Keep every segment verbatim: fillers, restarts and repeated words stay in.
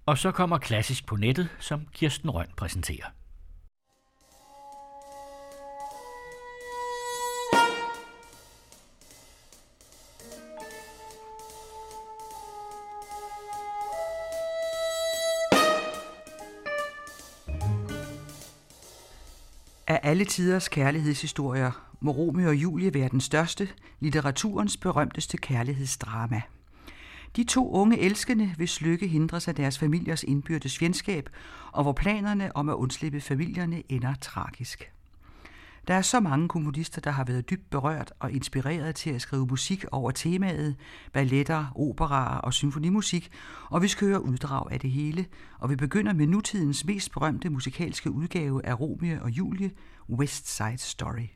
Og så kommer Klassisk på nettet, som Kirsten Rønn præsenterer. Af alle tiders kærlighedshistorier må Romeo og Julie være den største, litteraturens berømteste kærlighedsdrama. De to unge elskende, hvis lykke hindres af deres familiers indbyrdes fjendskab, og hvor planerne om at undslippe familierne ender tragisk. Der er så mange komponister, der har været dybt berørt og inspireret til at skrive musik over temaet, balletter, operaer og symfonimusik, og vi skal høre uddrag af det hele, og vi begynder med nutidens mest berømte musikalske udgave af Romeo og Julie, West Side Story.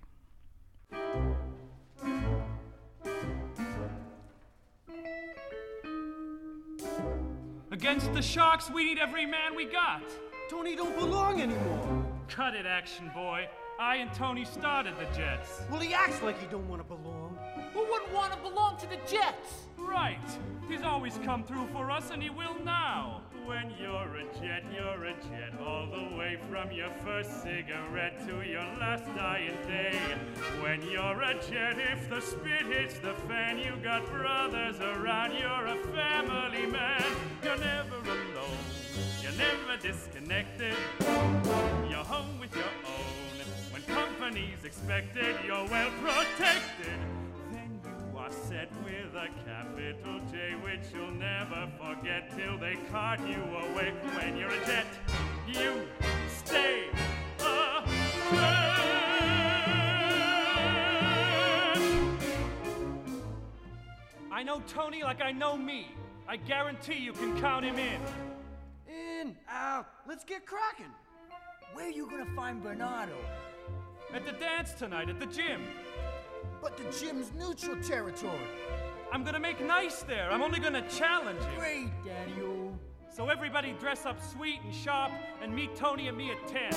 Against the Sharks, we need every man we got. Tony don't belong anymore. Cut it, action boy. I and Tony started the Jets. Well, he acts like he don't want to belong. Who wouldn't want to belong to the Jets? Right. He's always come through for us, and he will now. When you're a Jet, you're a Jet, all the way from your first cigarette to your last dying day. When you're a Jet, if the spit hits the fan, you got brothers around, you're a family man. You're never alone, you're never disconnected, you're home with your own. When company's expected, you're well protected. Then you are set with a capital J, which you'll never forget till they cart you away. When you're a Jet, you stay a Jet. I know Tony like I know me. I guarantee you can count him in. In, out, let's get cracking. Where are you gonna find Bernardo? At the dance tonight at the gym. But the gym's neutral territory. I'm gonna make nice there. I'm only gonna challenge him. Great, Daddy-o. So everybody dress up sweet and sharp and meet Tony and me at ten.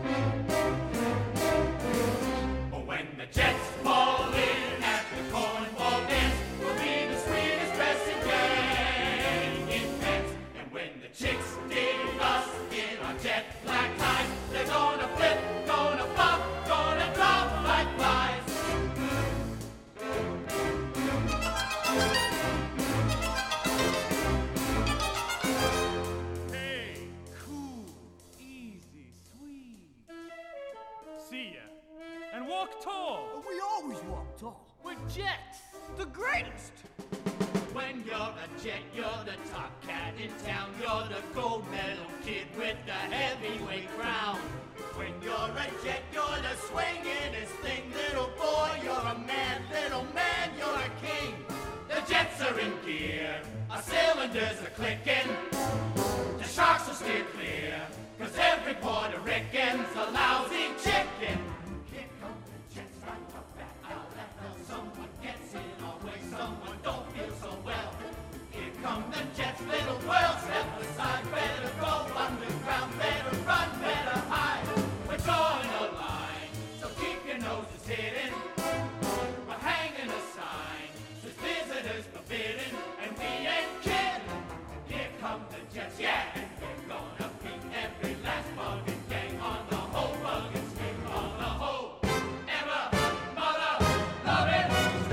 When the Jets fall in at the cornball dance, we'll be the sweetest dressing gang in pants. And when the chicks dig us in our jet black ties, they're gonna flip, gonna pop, gonna drop like flies. Hey, cool, easy, sweet. See ya. And walk tall. We always walk tall. We're Jets, the greatest. When you're a Jet, you're the top cat in town. You're the gold medal kid with the heavyweight crown. When you're a Jet, you're the swingin'est thing. Little boy, you're a man. Little man, you're a king. The Jets are in gear. Our cylinders are clicking. The Sharks will steer clear. Cause every Puerto Rican's a lousy chicken. Here come the Jets right up back out. Someone gets in our way. Someone don't feel so well. Here come the Jets, little world. Step aside, better go underground. Better run, better hide. We're drawing a line, so keep your noses hidden. We're hanging a sign, says visitors forbidden. And we ain't kidding. Here come the Jets, yeah. And we're gonna beat every last buggin' gang on the whole buggin' street. On the whole ever mother loving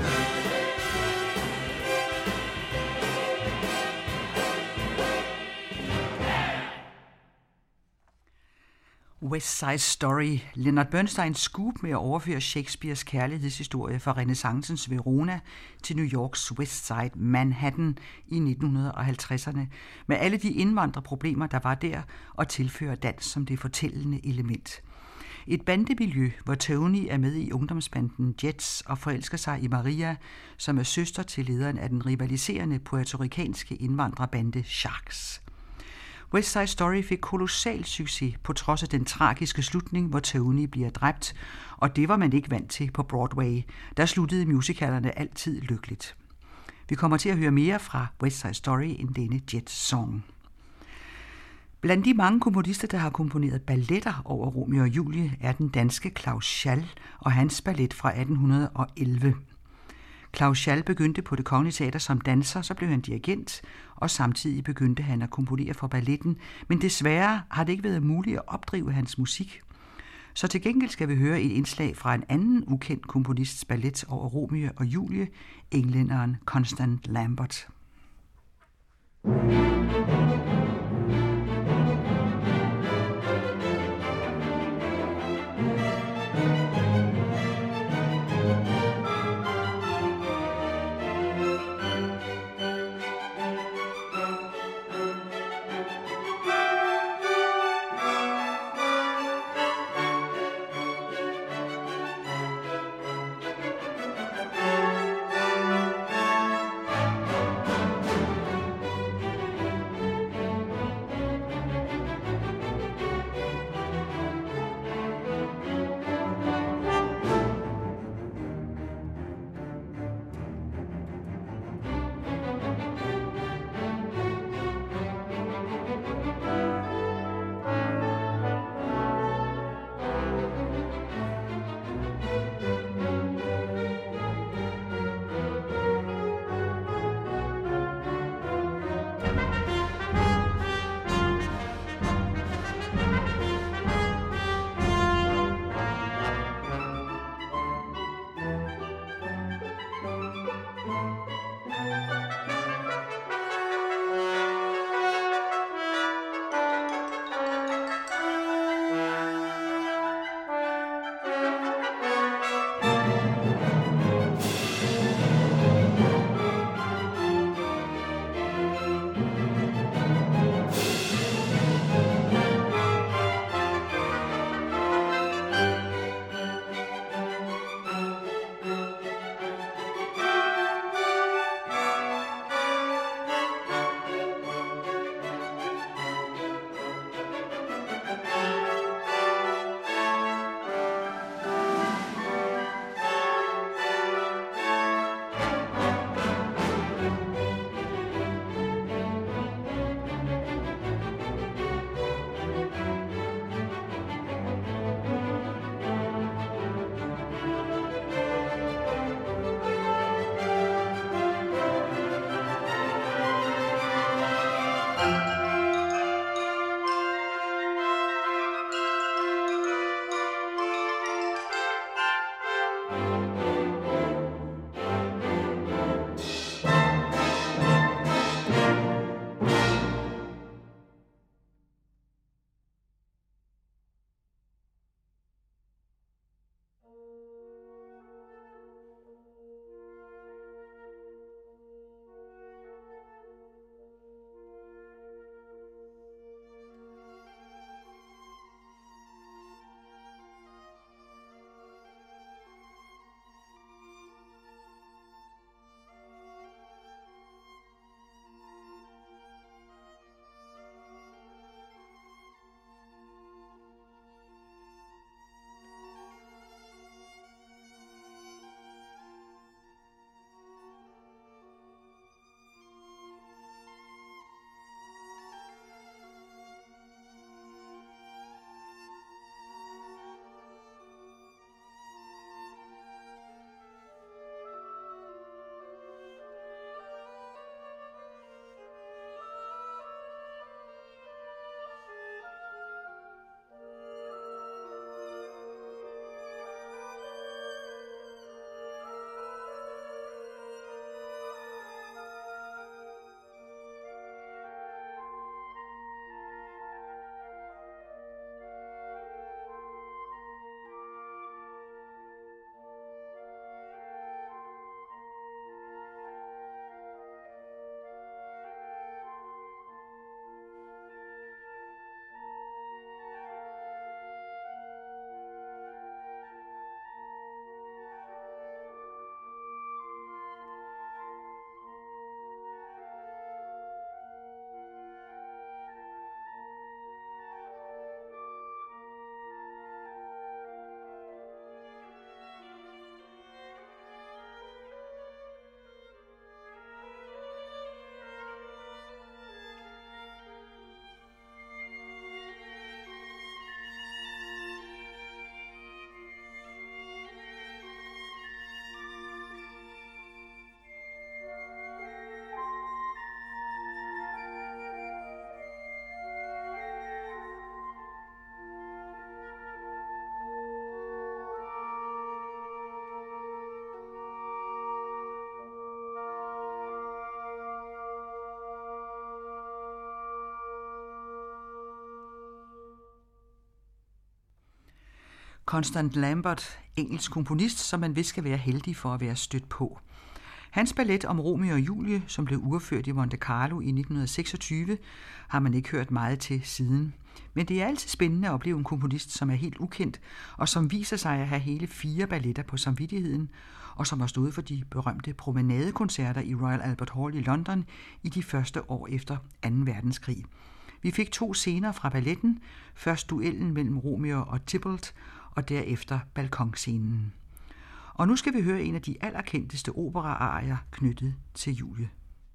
West Side Story, Leonard Bernsteins scoop med at overføre Shakespeares kærlighedshistorie fra renæssancens Verona til New Yorks West Side, Manhattan i nitten halvtredserne, med alle de indvandrerproblemer, der var der, og tilfører dans som det fortællende element. Et bandemiljø, hvor Tony er med i ungdomsbanden Jets og forelsker sig i Maria, som er søster til lederen af den rivaliserende puertoricanske indvandrerbande Sharks. West Side Story fik kolossal succes på trods af den tragiske slutning, hvor Tony bliver dræbt, og det var man ikke vant til på Broadway. Der sluttede musicalerne altid lykkeligt. Vi kommer til at høre mere fra West Side Story end denne Jets-song. Blandt de mange komponister, der har komponeret balletter over Romeo og Julie, er den danske Claus Schall og hans ballet fra atten elleve. Claus Schall begyndte på Det Kongelige Teater som danser, så blev han dirigent, og samtidig begyndte han at komponere for balletten, men desværre har det ikke været muligt at opdrive hans musik. Så til gengæld skal vi høre et indslag fra en anden ukendt komponists ballet over Romeo og Julie, englænderen Constant Lambert. Constant Lambert, engelsk komponist, som man vist skal være heldig for at være stødt på. Hans ballet om Romeo og Julie, som blev urført i Monte Carlo i nitten seksogtyve, har man ikke hørt meget til siden. Men det er altid spændende at opleve en komponist, som er helt ukendt, og som viser sig at have hele fire balletter på samvittigheden, og som har stået for de berømte promenadekoncerter i Royal Albert Hall i London i de første år efter anden verdenskrig. Vi fik to scener fra balletten, først duellen mellem Romeo og Tybalt, og derefter balkonscenen. Og nu skal vi høre en af de allerkendteste operaarier knyttet til Julie.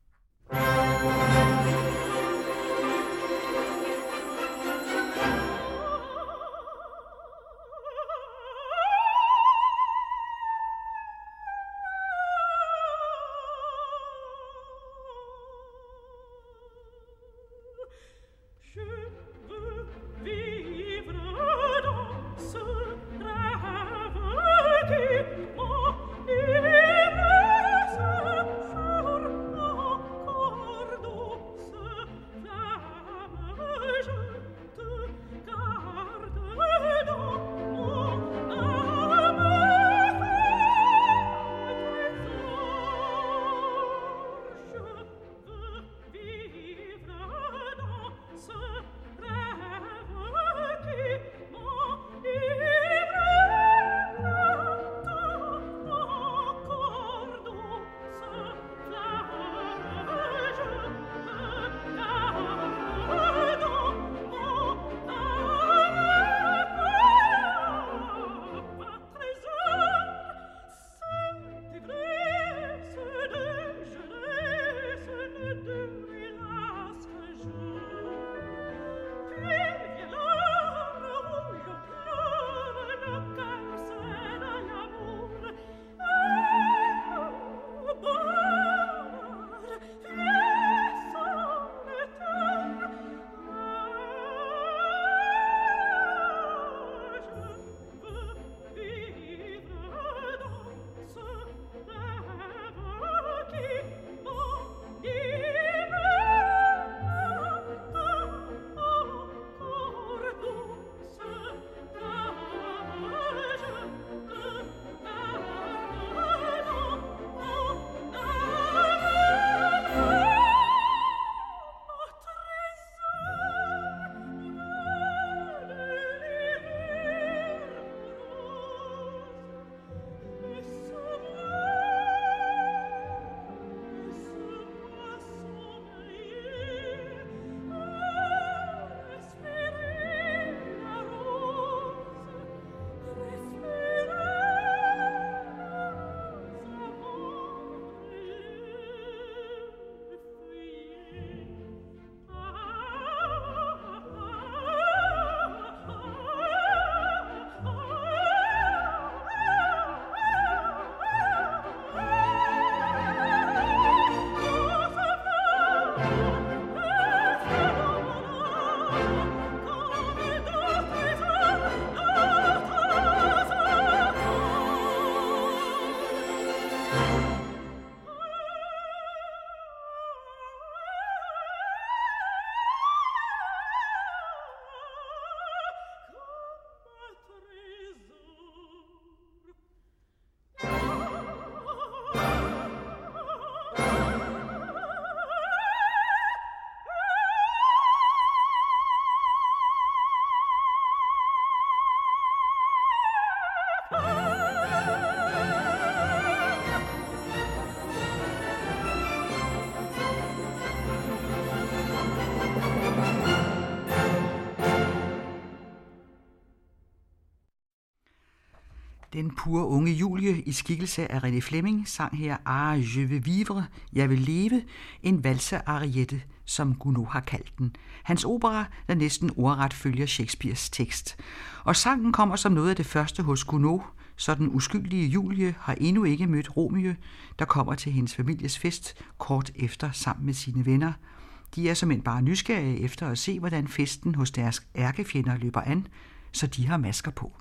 Den pure unge Julie i skikkelse af René Fleming sang her Ah, je veux vivre, jeg vil leve, en valse-ariette, som Gounod har kaldt den. Hans opera, der næsten ordret følger Shakespeares tekst. Og sangen kommer som noget af det første hos Gounod, så den uskyldige Julie har endnu ikke mødt Romeo, der kommer til hendes families fest kort efter sammen med sine venner. De er såmænd bare nysgerrige efter at se, hvordan festen hos deres ærkefjender løber an, så de har masker på.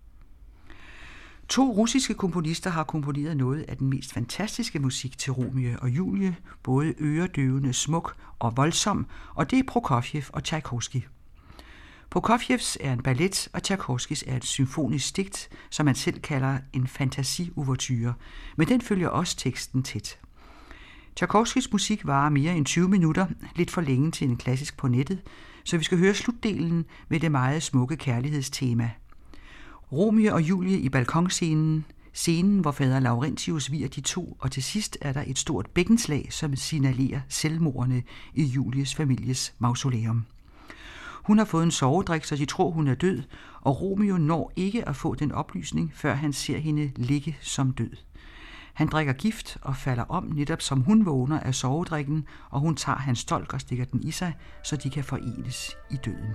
To russiske komponister har komponeret noget af den mest fantastiske musik til Romeo og Julie, både øredøvende, smuk og voldsom, og det er Prokofjev og Tchaikovsky. Prokofjevs er en ballet, og Tchaikovskys er et symfonisk digt, som man selv kalder en fantasiouverture, men den følger også teksten tæt. Tchaikovskys musik varer mere end tyve minutter, lidt for længe til en klassisk på nettet, så vi skal høre slutdelen med det meget smukke kærlighedstema. Romeo og Julie i balkonscenen, scenen, hvor fader Laurentius vier de to, og til sidst er der et stort bækkenslag, som signalerer selvmordene i Julies families mausoleum. Hun har fået en sovedrik, så de tror, hun er død, og Romeo når ikke at få den oplysning, før han ser hende ligge som død. Han drikker gift og falder om, netop som hun vågner af sovedrikken, og hun tager hans dolk og stikker den i sig, så de kan forenes i døden.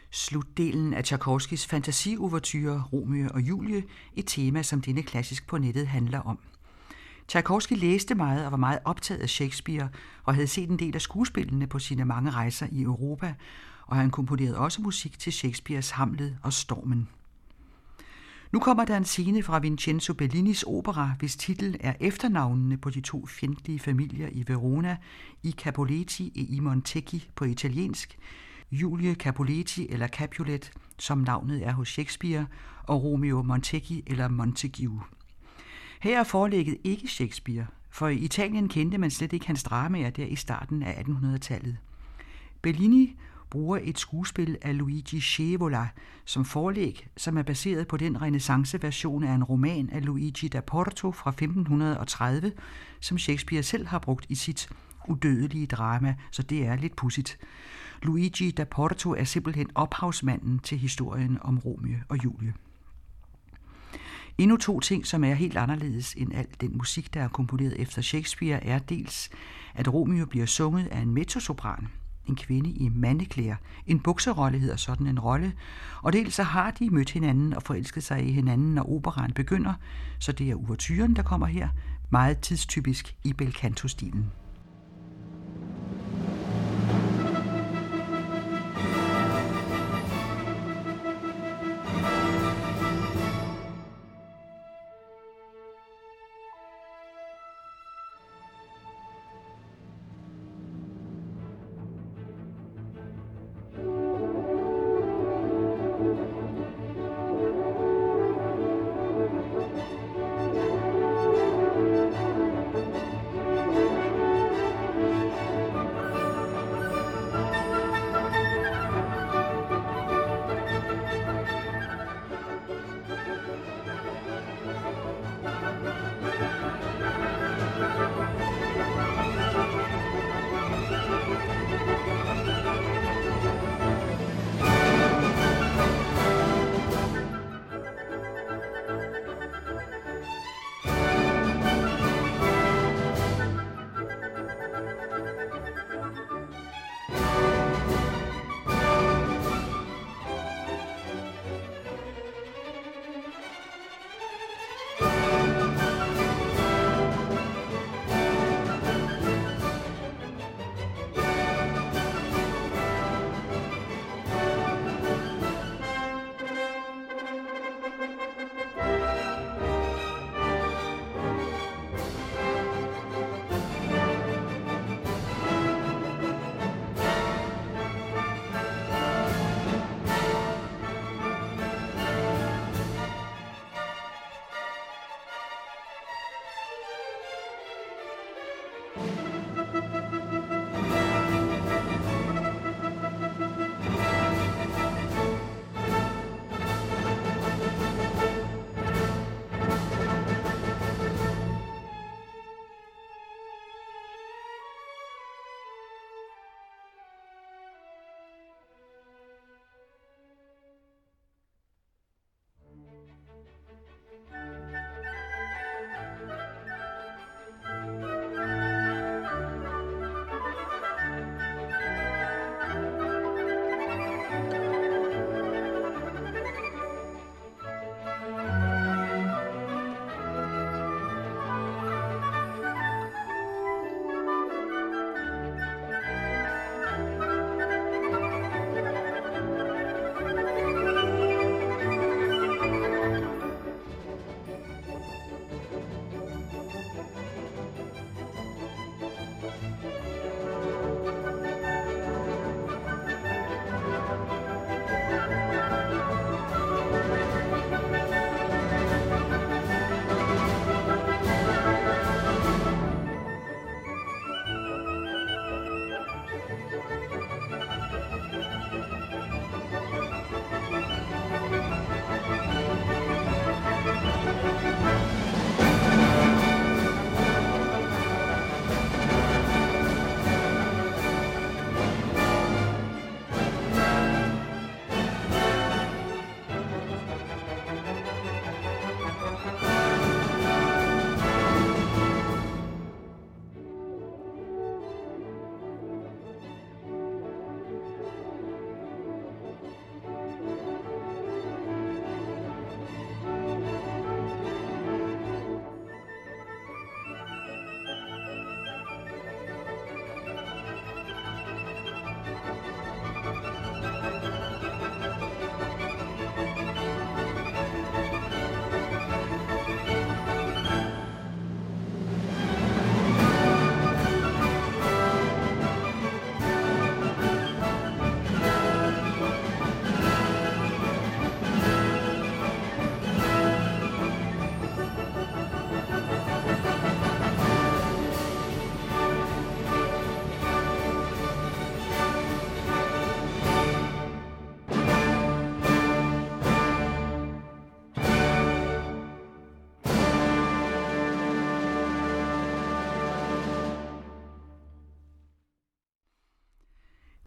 Slutdelen af Tchaikovskys fantasieouverture Romeo og Julie, et tema, som denne klassisk på nettet handler om. Tchaikovsky læste meget og var meget optaget af Shakespeare og havde set en del af skuespillene på sine mange rejser i Europa, og han komponerede også musik til Shakespeares Hamlet og Stormen. Nu kommer der en scene fra Vincenzo Bellinis opera, hvis titel er efternavnene på de to fjendtlige familier i Verona, i Capuletti og i Montecchi på italiensk, Julie Capuletti eller Capulet, som navnet er hos Shakespeare, og Romeo Montecchi eller Montague. Her er forlægget ikke Shakespeare, for i Italien kendte man slet ikke hans dramaer der i starten af attenhundredetallet. Bellini bruger et skuespil af Luigi Scevola som forlæg, som er baseret på den renæssanceversion af en roman af Luigi da Porto fra femten tredive, som Shakespeare selv har brugt i sit udødelige drama, så det er lidt pudsigt. Luigi da Porto er simpelthen ophavsmanden til historien om Romeo og Julie. Endnu to ting, som er helt anderledes end al den musik, der er komponeret efter Shakespeare, er dels, at Romeo bliver sunget af en mezzosopran, en kvinde i mandeklæder. En bukserolle hedder sådan en rolle, og dels så har de mødt hinanden og forelsket sig i hinanden, når operaen begynder, så det er ouverturen, der kommer her, meget tidstypisk i bel canto-stilen.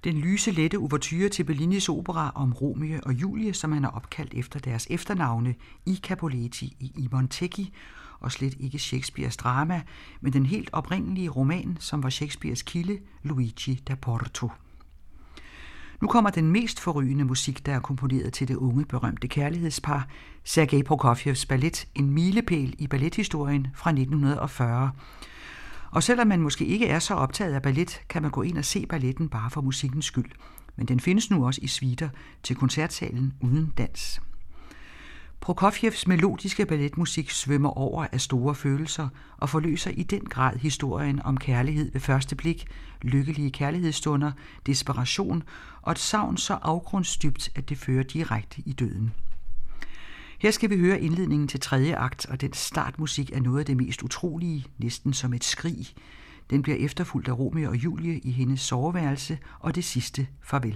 Den lyse, lette ouverture til Bellinis opera om Romeo og Julie, som han har opkaldt efter deres efternavne, i Capuletti i Montecchi, og slet ikke Shakespeares drama, men den helt oprindelige roman, som var Shakespeares kilde, Luigi da Porto. Nu kommer den mest forrygende musik, der er komponeret til det unge, berømte kærlighedspar, Sergej Prokofjevs ballet, en milepæl i ballethistorien fra nitten fyrre. Og selvom man måske ikke er så optaget af ballet, kan man gå ind og se balletten bare for musikkens skyld. Men den findes nu også i suiter til koncertsalen uden dans. Prokofjevs melodiske balletmusik svømmer over af store følelser og forløser i den grad historien om kærlighed ved første blik, lykkelige kærlighedsstunder, desperation og et savn så afgrundsdybt, at det fører direkte i døden. Her skal vi høre indledningen til tredje akt, og den startmusik er noget af det mest utrolige, næsten som et skrig. Den bliver efterfulgt af Romeo og Julie i hendes soveværelse og det sidste farvel.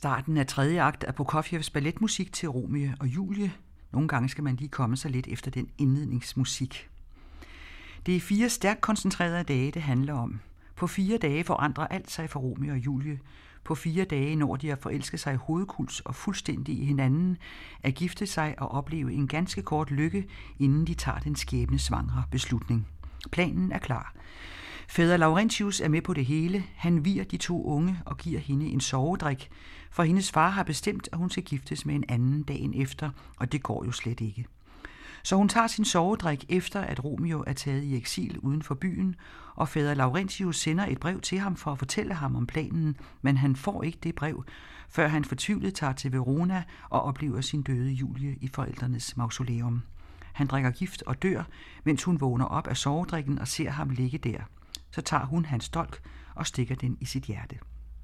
Starten af tredje akt af Prokofjevs balletmusik til Romeo og Julie. Nogle gange skal man lige komme sig lidt efter den indledningsmusik. Det er fire stærkt koncentrerede dage, det handler om. På fire dage forandrer alt sig for Romeo og Julie. På fire dage når de at forelske sig i hovedkuls og fuldstændig i hinanden, at gifte sig og opleve en ganske kort lykke, inden de tager den skæbnesvangre beslutning. Planen er klar. Fader Laurentius er med på det hele. Han vier de to unge og giver hende en sovedrik, for hendes far har bestemt, at hun skal giftes med en anden dagen efter, og det går jo slet ikke. Så hun tager sin sovedrik efter, at Romeo er taget i eksil uden for byen, og fader Laurentius sender et brev til ham for at fortælle ham om planen, men han får ikke det brev, før han fortvivlet tager til Verona og oplever sin døde Julie i forældrenes mausoleum. Han drikker gift og dør, mens hun vågner op af sovedrikken og ser ham ligge der. Så tager hun hans dolk og stikker den i sit hjerte.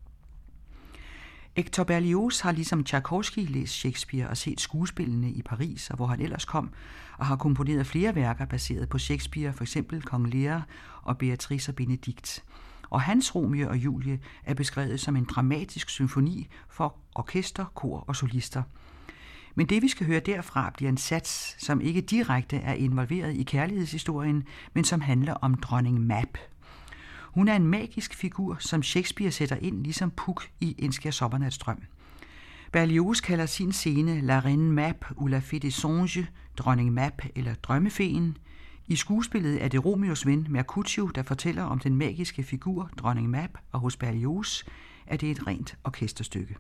Hector Berlioz har ligesom Tchaikovsky læst Shakespeare og set skuespillene i Paris, og hvor han ellers kom, og har komponeret flere værker baseret på Shakespeare, f.eks. Kong Lear og Beatrice og Benedikt. Og hans Romeo og Julie er beskrevet som en dramatisk symfoni for orkester, kor og solister. Men det, vi skal høre derfra, bliver en sats, som ikke direkte er involveret i kærlighedshistorien, men som handler om dronning Mab. Hun er en magisk figur, som Shakespeare sætter ind ligesom Puck i En skær sommernatsdrøm. Berlioz kalder sin scene La Reine Mab ou la Fée des Songes, dronning Mab eller drømmefeen. I skuespillet er det Romeos ven Mercutio, der fortæller om den magiske figur dronning Mab, og hos Berlioz er det et rent orkesterstykke.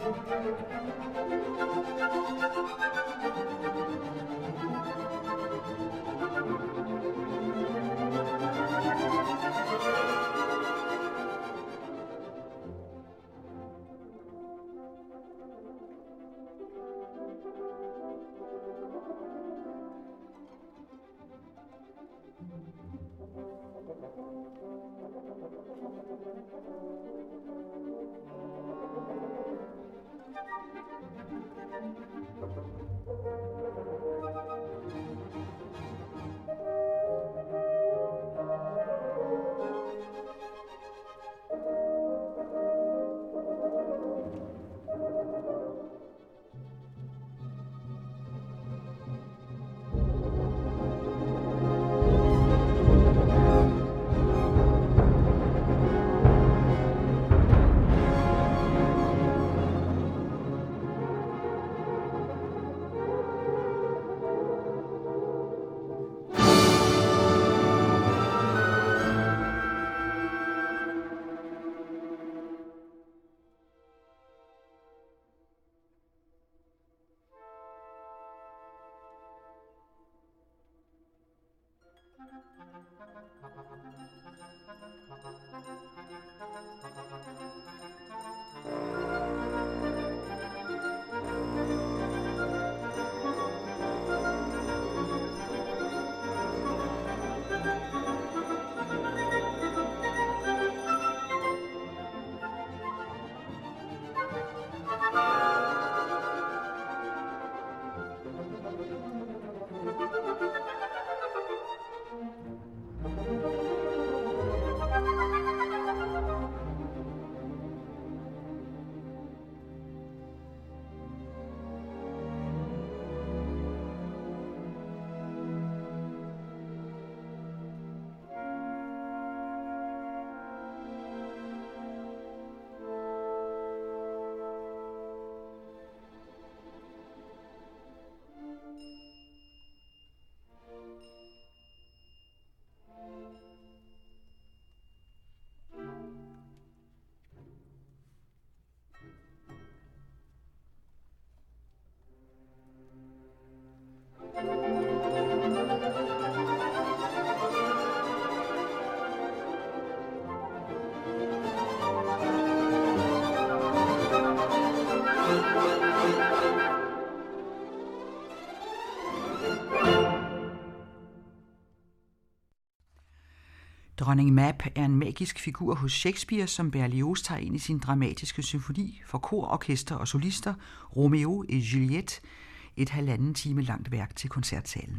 Dronning Mab er en magisk figur hos Shakespeare, som Berlioz tager ind i sin dramatiske symfoni for kor, orkester og solister, Romeo et Juliette, et halvanden time langt værk til koncertsalen.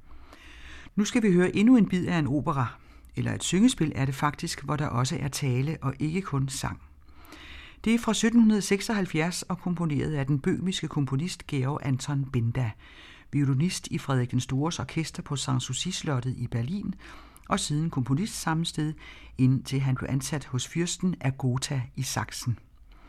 Nu skal vi høre endnu en bid af en opera, eller et syngespil er det faktisk, hvor der også er tale og ikke kun sang. Det er fra sytten seksoghalvfjerds og komponeret af den bøhmiske komponist Georg Anton Benda, violinist i Frederik den Stores orkester på Sanssouci-slottet i Berlin, og siden komponist samme sted, indtil han blev ansat hos fyrsten af Gotha i Sachsen.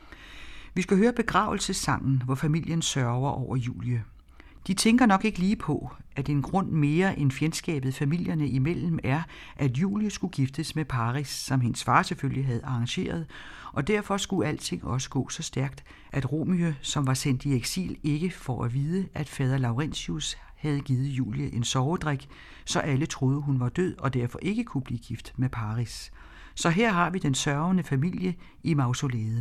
Vi skal høre begravelsessangen, hvor familien sørger over Julie. De tænker nok ikke lige på, at en grund mere end fjendskabet familierne imellem er, at Julie skulle giftes med Paris, som hendes far selvfølgelig havde arrangeret, og derfor skulle alting også gå så stærkt, at Romeo, som var sendt i eksil, ikke får at vide, at fader Laurentius havde givet Julie en sovedrik, så alle troede, hun var død og derfor ikke kunne blive gift med Paris. Så her har vi den sørgende familie i mausoleet.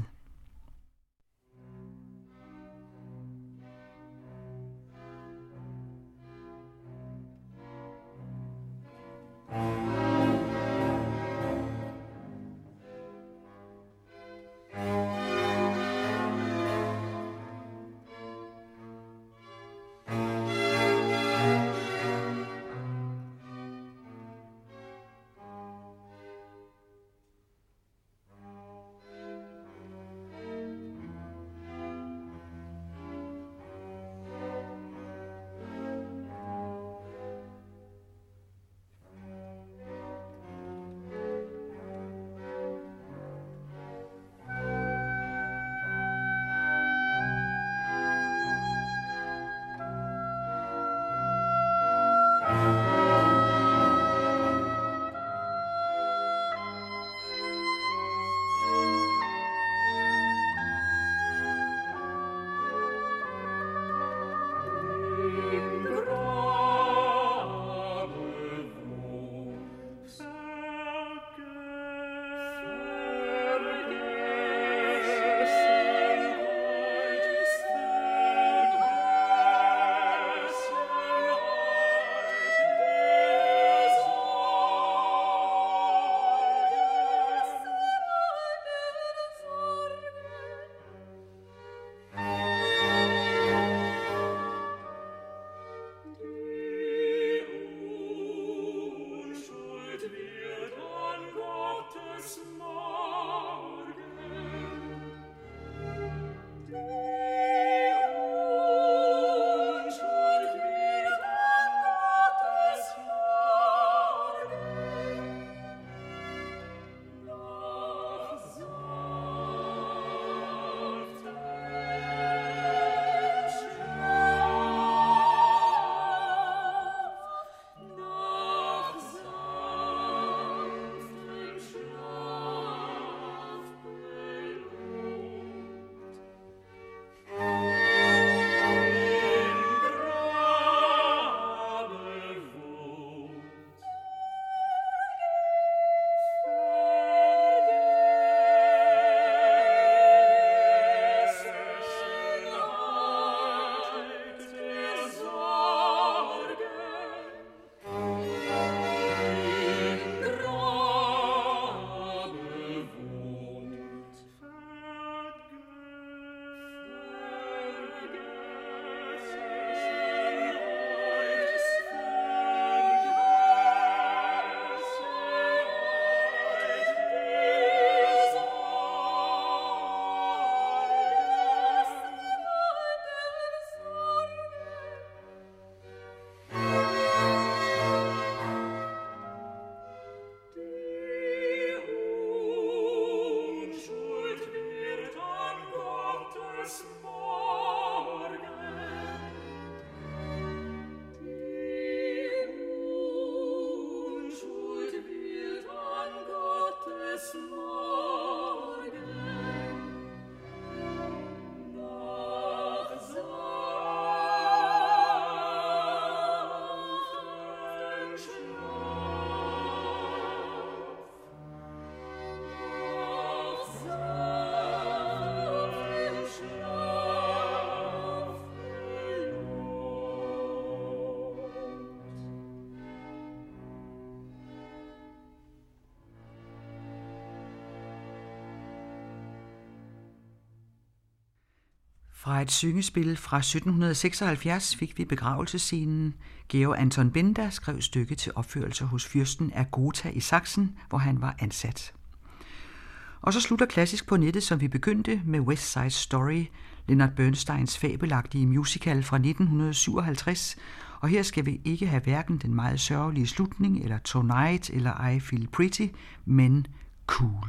Fra et syngespil fra sytten seksoghalvfjerds fik vi begravelsesscenen. Georg Anton Benda skrev stykket til opførelse hos fyrsten af Gotha i Sachsen, hvor han var ansat. Og så slutter Klassisk på nettet, som vi begyndte, med West Side Story, Leonard Bernsteins fabelagtige musical fra nitten syvoghalvtreds. Og her skal vi ikke have hverken den meget sørgelige slutning, eller Tonight, eller I Feel Pretty, men cool.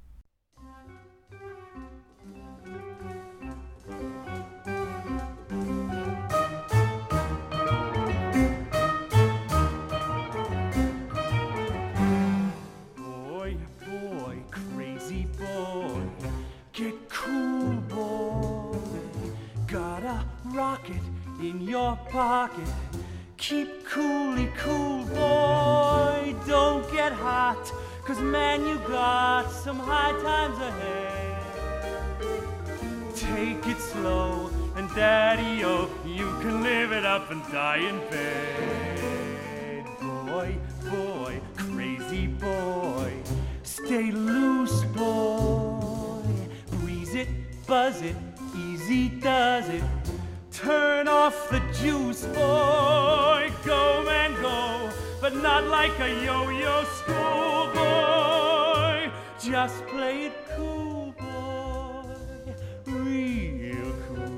Rocket in your pocket. Keep coolly cool, boy. Don't get hot, 'cause man, you got some high times ahead. Take it slow, and daddy-o, you can live it up and die in bed. Boy, boy, crazy boy. Stay loose, boy. Breeze it, buzz it, easy does it. Turn off the juice, boy. Go, man, go, but not like a yo-yo schoolboy. Just play it cool, boy, real cool.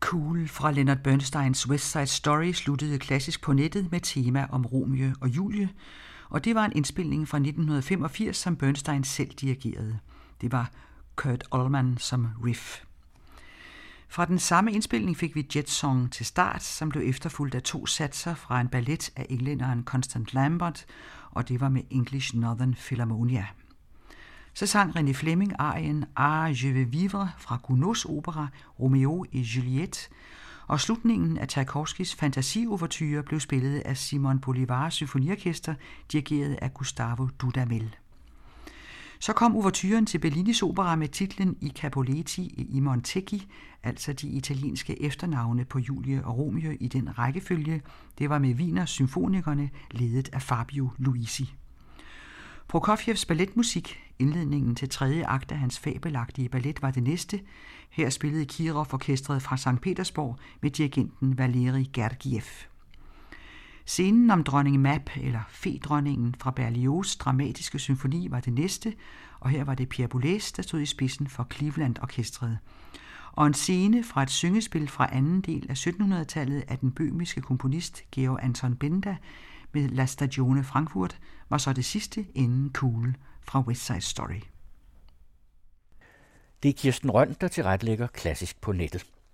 Cool fra Leonard Bernsteins West Side Story sluttede klassisk på nettet med tema om Romeo og Julie, og det var en indspilning fra nitten femogfirs, som Bernstein selv dirigerede. Det var Kurt Allman som riff. Fra den samme indspilning fik vi Jet Song til start, som blev efterfulgt af to satser fra en ballet af englænderen Constant Lambert, og det var med English Northern Philharmonia. Så sang René Fleming arien Ah, je vais vivre fra Gounods opera Romeo et Juliette, og slutningen af Tchaikovskys fantasieouverture blev spillet af Simon Bolivar Symfoniorkester, dirigeret af Gustavo Dudamel. Så kom ouverturen til Bellinis opera med titlen I Capuletti e i Montecchi, altså de italienske efternavne på Julie og Romeo i den rækkefølge. Det var med Wiener Symfonikerne, ledet af Fabio Luisi. Prokofjevs balletmusik, indledningen til tredje akt af hans fabelagtige ballet, var det næste. Her spillede Kirov-orkestret fra Sankt Petersborg med dirigenten Valeri Gergiev. Scenen om dronning Mab, eller Fedronningen fra Berlioz' dramatiske symfoni, var det næste, og her var det Pierre Boulez, der stod i spidsen for Cleveland-orkestret. Og en scene fra et syngespil fra anden del af syttenhundredetallet af den bøhmiske komponist Georg Anton Benda med La Stagione Frankfurt, var så det sidste inden Cool fra West Side Story. Det er Kirsten Rønn, der tilrettelægger klassisk på nettet.